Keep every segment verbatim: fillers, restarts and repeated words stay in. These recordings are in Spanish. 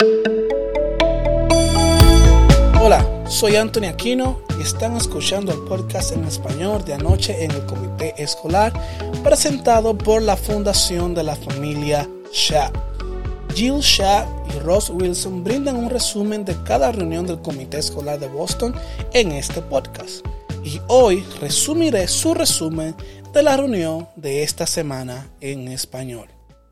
Hola, soy Anthony Aquino y están escuchando el podcast en español de Anoche en el Comité Escolar, presentado por la Fundación de la Familia Schaap. Jill Schaap y Ross Wilson brindan un resumen de cada reunión del Comité Escolar de Boston en este podcast. Y hoy resumiré su resumen de la reunión de esta semana en español.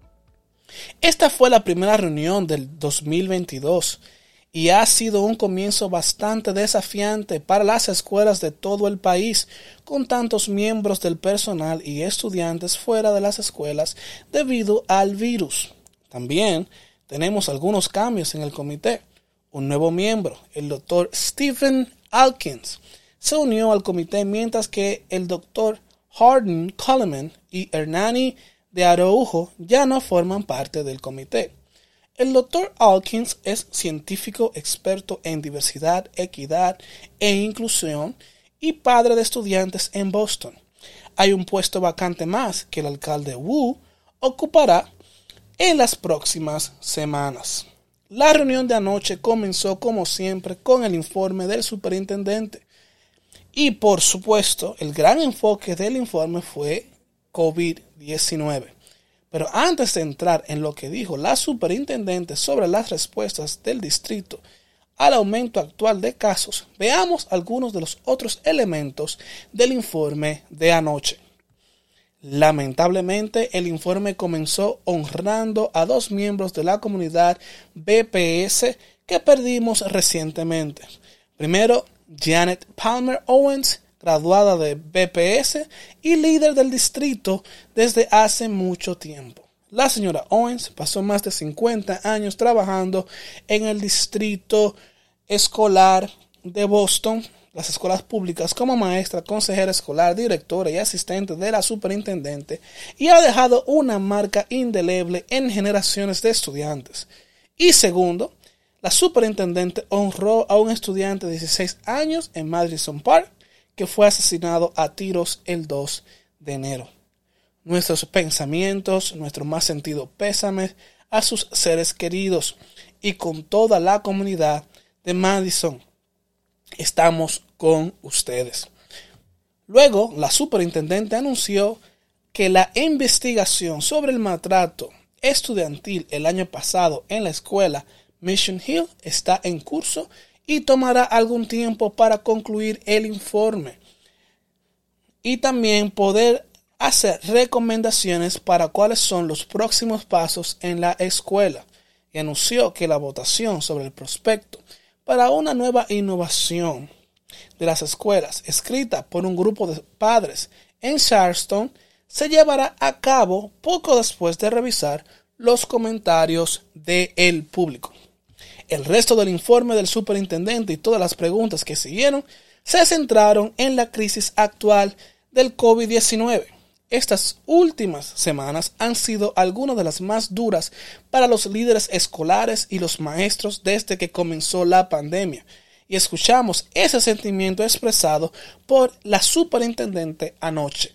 Esta fue la primera reunión del dos mil veintidós y ha sido un comienzo bastante desafiante para las escuelas de todo el país, con tantos miembros del personal y estudiantes fuera de las escuelas debido al virus. También tenemos algunos cambios en el comité. Un nuevo miembro, el doctor Stephen Alkins, se unió al comité, mientras que el doctor Hardin Coleman y Hernani de Araujo ya no forman parte del comité. El doctor Alkins es científico experto en diversidad, equidad e inclusión y padre de estudiantes en Boston. Hay un puesto vacante más que el alcalde Wu ocupará en las próximas semanas. La reunión de anoche comenzó como siempre con el informe del superintendente. Y por supuesto, el gran enfoque del informe fue COVID diecinueve. Pero antes de entrar en lo que dijo la superintendente sobre las respuestas del distrito al aumento actual de casos, veamos algunos de los otros elementos del informe de anoche. Lamentablemente, el informe comenzó honrando a dos miembros de la comunidad B P S que perdimos recientemente. Primero, Janet Palmer Owens, graduada de B P S y líder del distrito desde hace mucho tiempo. La señora Owens pasó más de cincuenta años trabajando en el distrito escolar de Boston, las escuelas públicas, como maestra, consejera escolar, directora y asistente de la superintendente, y ha dejado una marca indeleble en generaciones de estudiantes. Y segundo, la superintendente honró a un estudiante de dieciséis años en Madison Park que fue asesinado a tiros el dos de enero. Nuestros pensamientos, nuestro más sentido pésame a sus seres queridos y con toda la comunidad de Madison. Estamos con ustedes. Luego, la superintendente anunció que la investigación sobre el maltrato estudiantil el año pasado en la escuela Mission Hill está en curso y tomará algún tiempo para concluir el informe y también poder hacer recomendaciones para cuáles son los próximos pasos en la escuela. Y anunció que la votación sobre el prospecto para una nueva innovación de las escuelas, escrita por un grupo de padres en Charleston, se llevará a cabo poco después de revisar los comentarios del público. El resto del informe del superintendente y todas las preguntas que siguieron se centraron en la crisis actual del COVID diecinueve. Estas últimas semanas han sido algunas de las más duras para los líderes escolares y los maestros desde que comenzó la pandemia, y escuchamos ese sentimiento expresado por la superintendente anoche.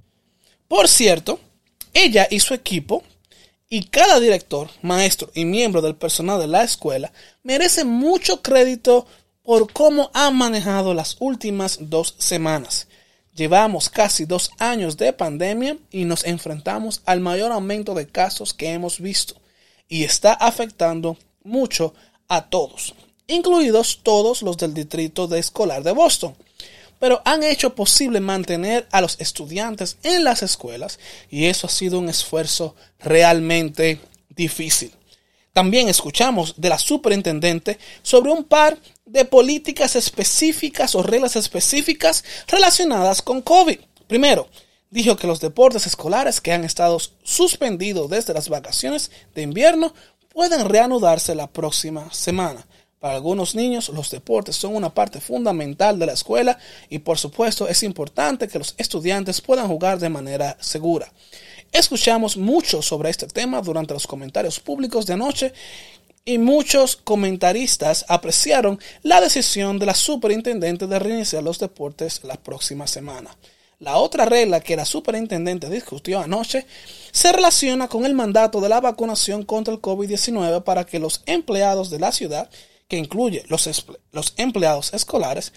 Por cierto, ella y su equipo y cada director, maestro y miembro del personal de la escuela merece mucho crédito por cómo han manejado las últimas dos semanas. Llevamos casi dos años de pandemia y nos enfrentamos al mayor aumento de casos que hemos visto, y está afectando mucho a todos, incluidos todos los del distrito de escolar de Boston. Pero han hecho posible mantener a los estudiantes en las escuelas, y eso ha sido un esfuerzo realmente difícil. También escuchamos de la superintendente sobre un par de políticas específicas o reglas específicas relacionadas con COVID. Primero, dijo que los deportes escolares que han estado suspendidos desde las vacaciones de invierno pueden reanudarse la próxima semana. Para algunos niños, los deportes son una parte fundamental de la escuela y, por supuesto, es importante que los estudiantes puedan jugar de manera segura. Escuchamos mucho sobre este tema durante los comentarios públicos de anoche y muchos comentaristas apreciaron la decisión de la superintendente de reiniciar los deportes la próxima semana. La otra regla que la superintendente discutió anoche se relaciona con el mandato de la vacunación contra el COVID diecinueve para que los empleados de la ciudad, que incluye los, los empleados escolares,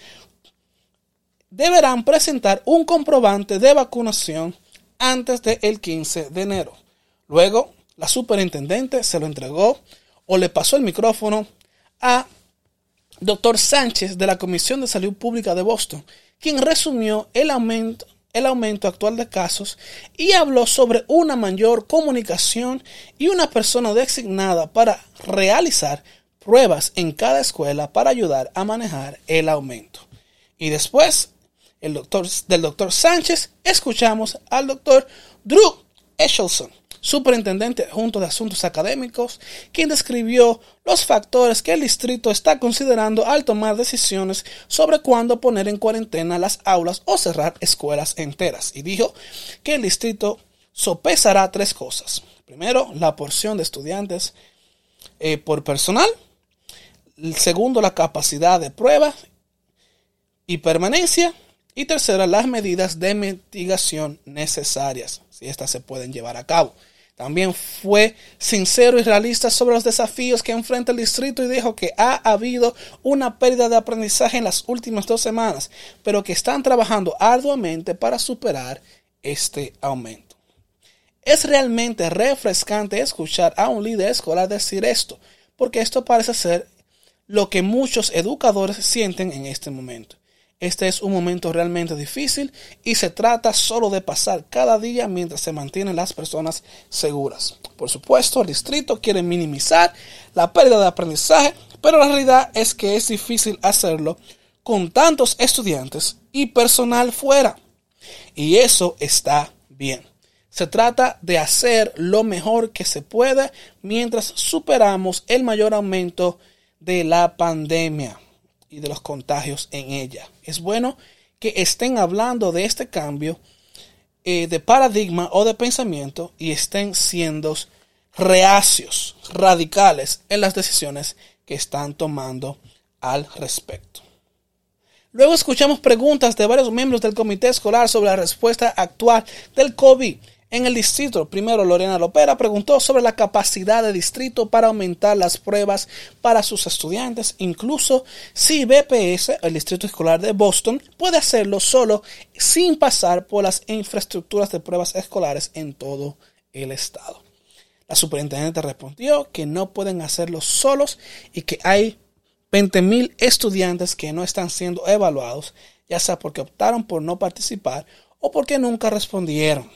deberán presentar un comprobante de vacunación antes del quince de enero. Luego, la superintendente se lo entregó o le pasó el micrófono a doctor Sánchez de la Comisión de Salud Pública de Boston, quien resumió el aumento, el aumento actual de casos y habló sobre una mayor comunicación y una persona designada para realizar pruebas en cada escuela para ayudar a manejar el aumento. Y después el doctor, del doctor Sánchez escuchamos al doctor Drew Eshelson, superintendente adjunto de asuntos académicos, quien describió los factores que el distrito está considerando al tomar decisiones sobre cuándo poner en cuarentena las aulas o cerrar escuelas enteras. Y dijo que el distrito sopesará tres cosas. Primero, la porción de estudiantes eh, por personal. Segundo, la capacidad de prueba y permanencia. Y tercera, las medidas de mitigación necesarias, si estas se pueden llevar a cabo. También fue sincero y realista sobre los desafíos que enfrenta el distrito y dijo que ha habido una pérdida de aprendizaje en las últimas dos semanas, pero que están trabajando arduamente para superar este aumento. Es realmente refrescante escuchar a un líder escolar decir esto, porque esto parece ser lo que muchos educadores sienten en este momento. Este es un momento realmente difícil y se trata solo de pasar cada día mientras se mantienen las personas seguras. Por supuesto, el distrito quiere minimizar la pérdida de aprendizaje, pero la realidad es que es difícil hacerlo con tantos estudiantes y personal fuera. Y eso está bien. Se trata de hacer lo mejor que se pueda mientras superamos el mayor aumento de la pandemia y de los contagios en ella. Es bueno que estén hablando de este cambio eh, de paradigma o de pensamiento y estén siendo reacios, radicales en las decisiones que están tomando al respecto. Luego escuchamos preguntas de varios miembros del comité escolar sobre la respuesta actual del COVID en el distrito. Primero, Lorena Lopera preguntó sobre la capacidad del distrito para aumentar las pruebas para sus estudiantes, incluso si B P S, el distrito escolar de Boston, puede hacerlo solo sin pasar por las infraestructuras de pruebas escolares en todo el estado. La superintendente respondió que no pueden hacerlo solos y que hay veinte mil estudiantes que no están siendo evaluados, ya sea porque optaron por no participar o porque nunca respondieron.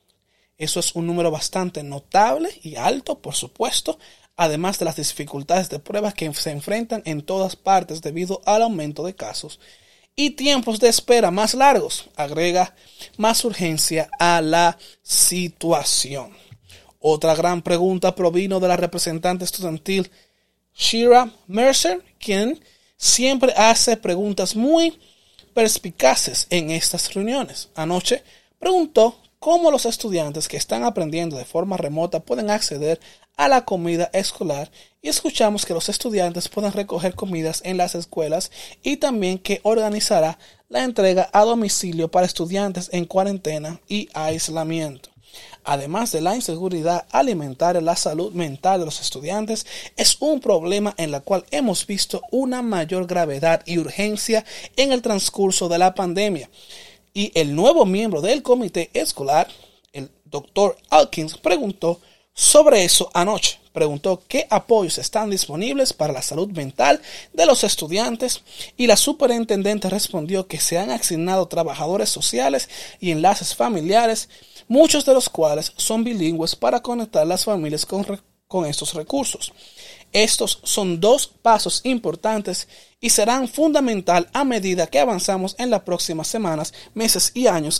Eso es un número bastante notable y alto, por supuesto, además de las dificultades de pruebas que se enfrentan en todas partes debido al aumento de casos y tiempos de espera más largos. Agrega más urgencia a la situación. Otra gran pregunta provino de la representante estudiantil Shira Mercer, quien siempre hace preguntas muy perspicaces en estas reuniones. Anoche preguntó cómo los estudiantes que están aprendiendo de forma remota pueden acceder a la comida escolar y escuchamos que los estudiantes pueden recoger comidas en las escuelas y también que organizará la entrega a domicilio para estudiantes en cuarentena y aislamiento. Además de la inseguridad alimentaria, la salud mental de los estudiantes es un problema en el cual hemos visto una mayor gravedad y urgencia en el transcurso de la pandemia. Y el nuevo miembro del comité escolar, el doctor Alkins, preguntó sobre eso anoche. Preguntó qué apoyos están disponibles para la salud mental de los estudiantes y la superintendente respondió que se han asignado trabajadores sociales y enlaces familiares, muchos de los cuales son bilingües para conectar las familias con, con estos recursos. Estos son dos pasos importantes y serán fundamental a medida que avanzamos en las próximas semanas, meses y años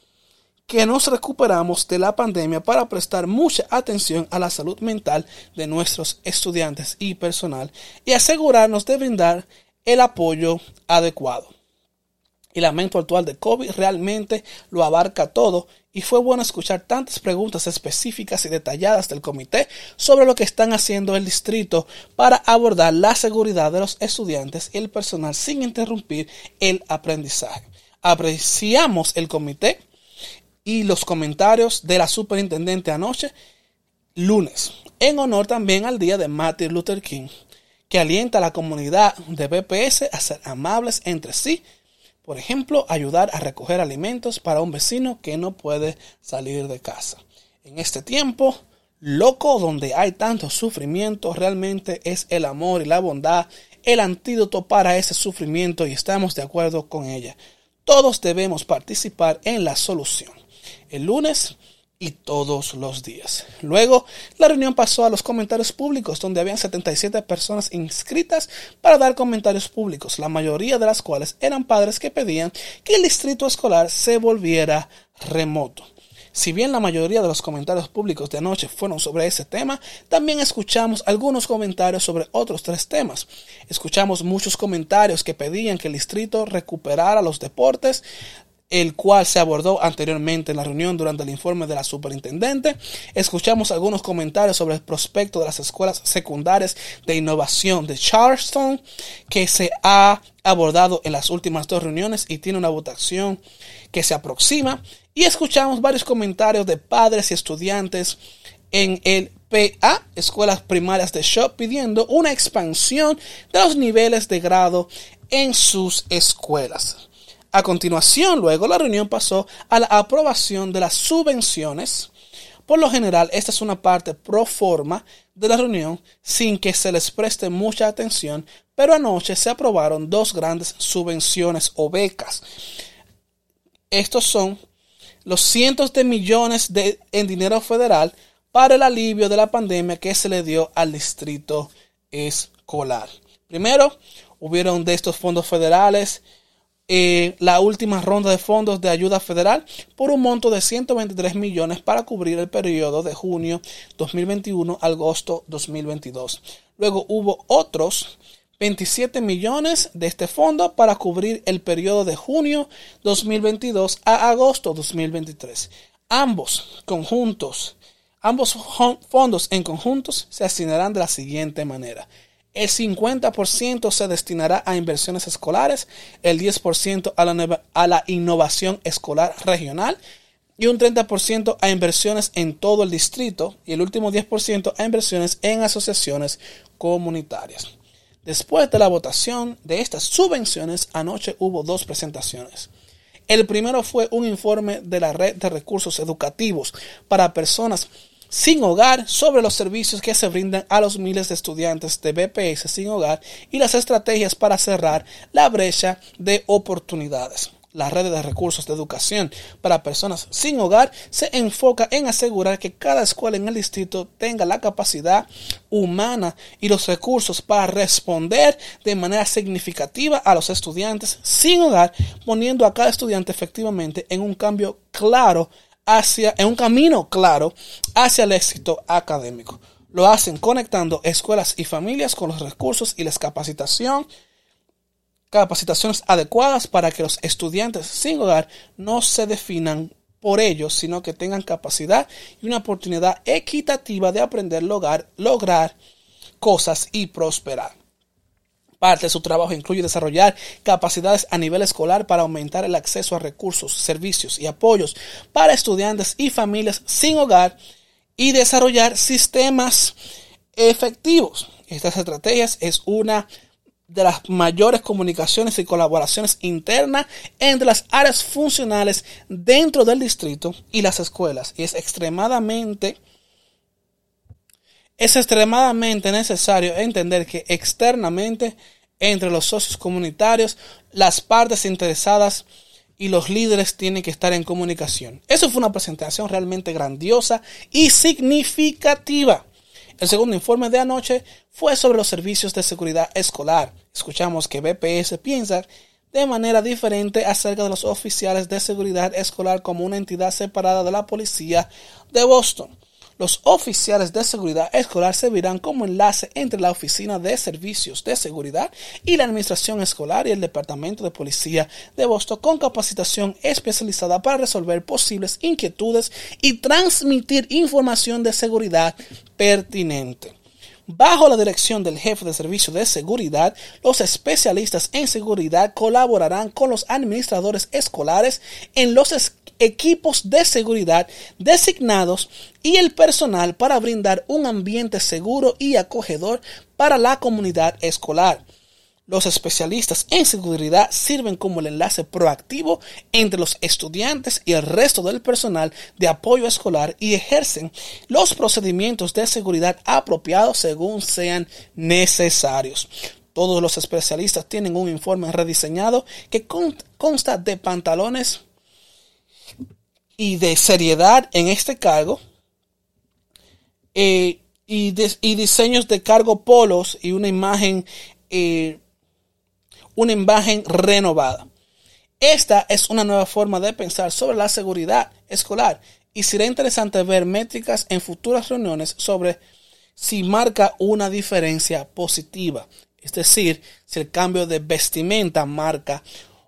que nos recuperamos de la pandemia para prestar mucha atención a la salud mental de nuestros estudiantes y personal y asegurarnos de brindar el apoyo adecuado. El aumento actual de COVID realmente lo abarca todo y fue bueno escuchar tantas preguntas específicas y detalladas del comité sobre lo que están haciendo el distrito para abordar la seguridad de los estudiantes y el personal sin interrumpir el aprendizaje. Apreciamos el comité y los comentarios de la superintendente anoche, lunes, en honor también al día de Martin Luther King, que alienta a la comunidad de B P S a ser amables entre sí. Por ejemplo, ayudar a recoger alimentos para un vecino que no puede salir de casa. En este tiempo loco donde hay tanto sufrimiento, realmente es el amor y la bondad el antídoto para ese sufrimiento y estamos de acuerdo con ella. Todos debemos participar en la solución. El lunes y todos los días. Luego, la reunión pasó a los comentarios públicos, donde habían setenta y siete personas inscritas para dar comentarios públicos, la mayoría de las cuales eran padres que pedían que el distrito escolar se volviera remoto. Si bien la mayoría de los comentarios públicos de anoche fueron sobre ese tema, también escuchamos algunos comentarios sobre otros tres temas. Escuchamos muchos comentarios que pedían que el distrito recuperara los deportes, el cual se abordó anteriormente en la reunión durante el informe de la superintendente. Escuchamos algunos comentarios sobre el prospecto de las escuelas secundarias de innovación de Charleston, que se ha abordado en las últimas dos reuniones y tiene una votación que se aproxima. Y escuchamos varios comentarios de padres y estudiantes en el P A, escuelas primarias de Shaw, pidiendo una expansión de los niveles de grado en sus escuelas. A continuación, luego, la reunión pasó a la aprobación de las subvenciones. Por lo general, esta es una parte pro forma de la reunión sin que se les preste mucha atención, pero anoche se aprobaron dos grandes subvenciones o becas. Estos son los cientos de millones de, en dinero federal para el alivio de la pandemia que se le dio al distrito escolar. Primero, hubieron de estos fondos federales eh, la última ronda de fondos de ayuda federal por un monto de ciento veintitrés millones para cubrir el periodo de junio dos mil veintiuno a agosto dos mil veintidós. Luego hubo otros veintisiete millones de este fondo para cubrir el periodo de junio dos mil veintidós a agosto dos mil veintitrés. Ambos conjuntos, ambos fondos en conjuntos se asignarán de la siguiente manera. El cincuenta por ciento se destinará a inversiones escolares, el diez por ciento a la, a la innovación escolar regional y un treinta por ciento a inversiones en todo el distrito y el último diez por ciento a inversiones en asociaciones comunitarias. Después de la votación de estas subvenciones, anoche hubo dos presentaciones. El primero fue un informe de la Red de Recursos Educativos para Personas Sin Hogar sobre los servicios que se brindan a los miles de estudiantes de B P S sin hogar y las estrategias para cerrar la brecha de oportunidades. La red de recursos de educación para personas sin hogar se enfoca en asegurar que cada escuela en el distrito tenga la capacidad humana y los recursos para responder de manera significativa a los estudiantes sin hogar, poniendo a cada estudiante efectivamente en un cambio claro hacia, en un camino claro hacia el éxito académico. Lo hacen conectando escuelas y familias con los recursos y la capacitación capacitaciones adecuadas para que los estudiantes sin hogar no se definan por ellos, sino que tengan capacidad y una oportunidad equitativa de aprender, lograr, lograr cosas y prosperar. Parte de su trabajo incluye desarrollar capacidades a nivel escolar para aumentar el acceso a recursos, servicios y apoyos para estudiantes y familias sin hogar y desarrollar sistemas efectivos. Estas estrategias es una de las mayores comunicaciones y colaboraciones internas entre las áreas funcionales dentro del distrito y las escuelas, y es extremadamente es extremadamente necesario entender que externamente entre los socios comunitarios, las partes interesadas y los líderes tienen que estar en comunicación. Eso fue una presentación realmente grandiosa y significativa. El segundo informe de anoche fue sobre los servicios de seguridad escolar. Escuchamos que B P S piensa de manera diferente acerca de los oficiales de seguridad escolar como una entidad separada de la policía de Boston. Los oficiales de seguridad escolar servirán como enlace entre la Oficina de Servicios de Seguridad y la Administración Escolar y el Departamento de Policía de Boston con capacitación especializada para resolver posibles inquietudes y transmitir información de seguridad pertinente. Bajo la dirección del jefe de servicio de seguridad, los especialistas en seguridad colaborarán con los administradores escolares en los es- equipos de seguridad designados y el personal para brindar un ambiente seguro y acogedor para la comunidad escolar. Los especialistas en seguridad sirven como el enlace proactivo entre los estudiantes y el resto del personal de apoyo escolar y ejercen los procedimientos de seguridad apropiados según sean necesarios. Todos los especialistas tienen un uniforme rediseñado que consta de pantalones y de seriedad en este cargo eh, y, de, y diseños de cargo polos y una imagen eh, una imagen renovada. Esta es una nueva forma de pensar sobre la seguridad escolar y será interesante ver métricas en futuras reuniones sobre si marca una diferencia positiva, es decir, si el cambio de vestimenta marca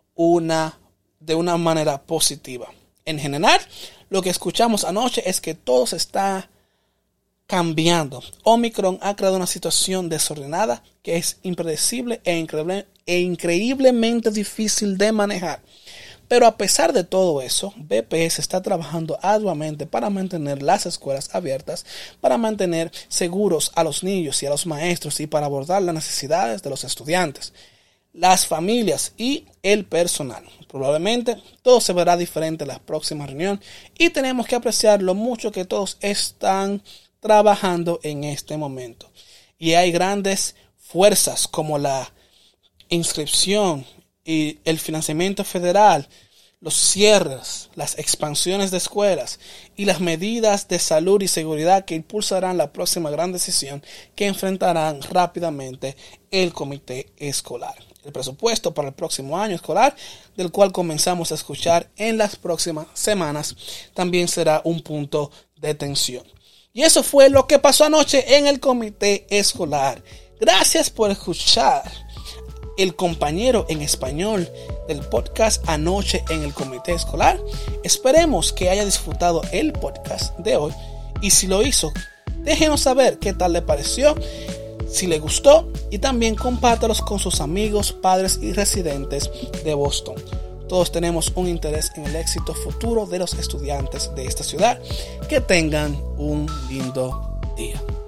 una de una manera positiva. En general, lo que escuchamos anoche es que todo se está cambiando. Omicron ha creado una situación desordenada que es impredecible e, increíble, e increíblemente difícil de manejar. Pero a pesar de todo eso, B P S está trabajando arduamente para mantener las escuelas abiertas, para mantener seguros a los niños y a los maestros y para abordar las necesidades de los estudiantes, las familias y el personal. Probablemente todo se verá diferente en la próxima reunión y tenemos que apreciar lo mucho que todos están trabajando en este momento. Y hay grandes fuerzas como la inscripción y el financiamiento federal, los cierres, las expansiones de escuelas y las medidas de salud y seguridad que impulsarán la próxima gran decisión que enfrentarán rápidamente el comité escolar. El presupuesto para el próximo año escolar, del cual comenzamos a escuchar en las próximas semanas, también será un punto de tensión. Y eso fue lo que pasó anoche en el comité escolar. Gracias por escuchar el compañero en español del podcast Anoche en el Comité Escolar. Esperemos que haya disfrutado el podcast de hoy. Y si lo hizo, déjenos saber qué tal le pareció, si le gustó, y también compártalos con sus amigos, padres y residentes de Boston. Todos tenemos un interés en el éxito futuro de los estudiantes de esta ciudad. Que tengan un lindo día.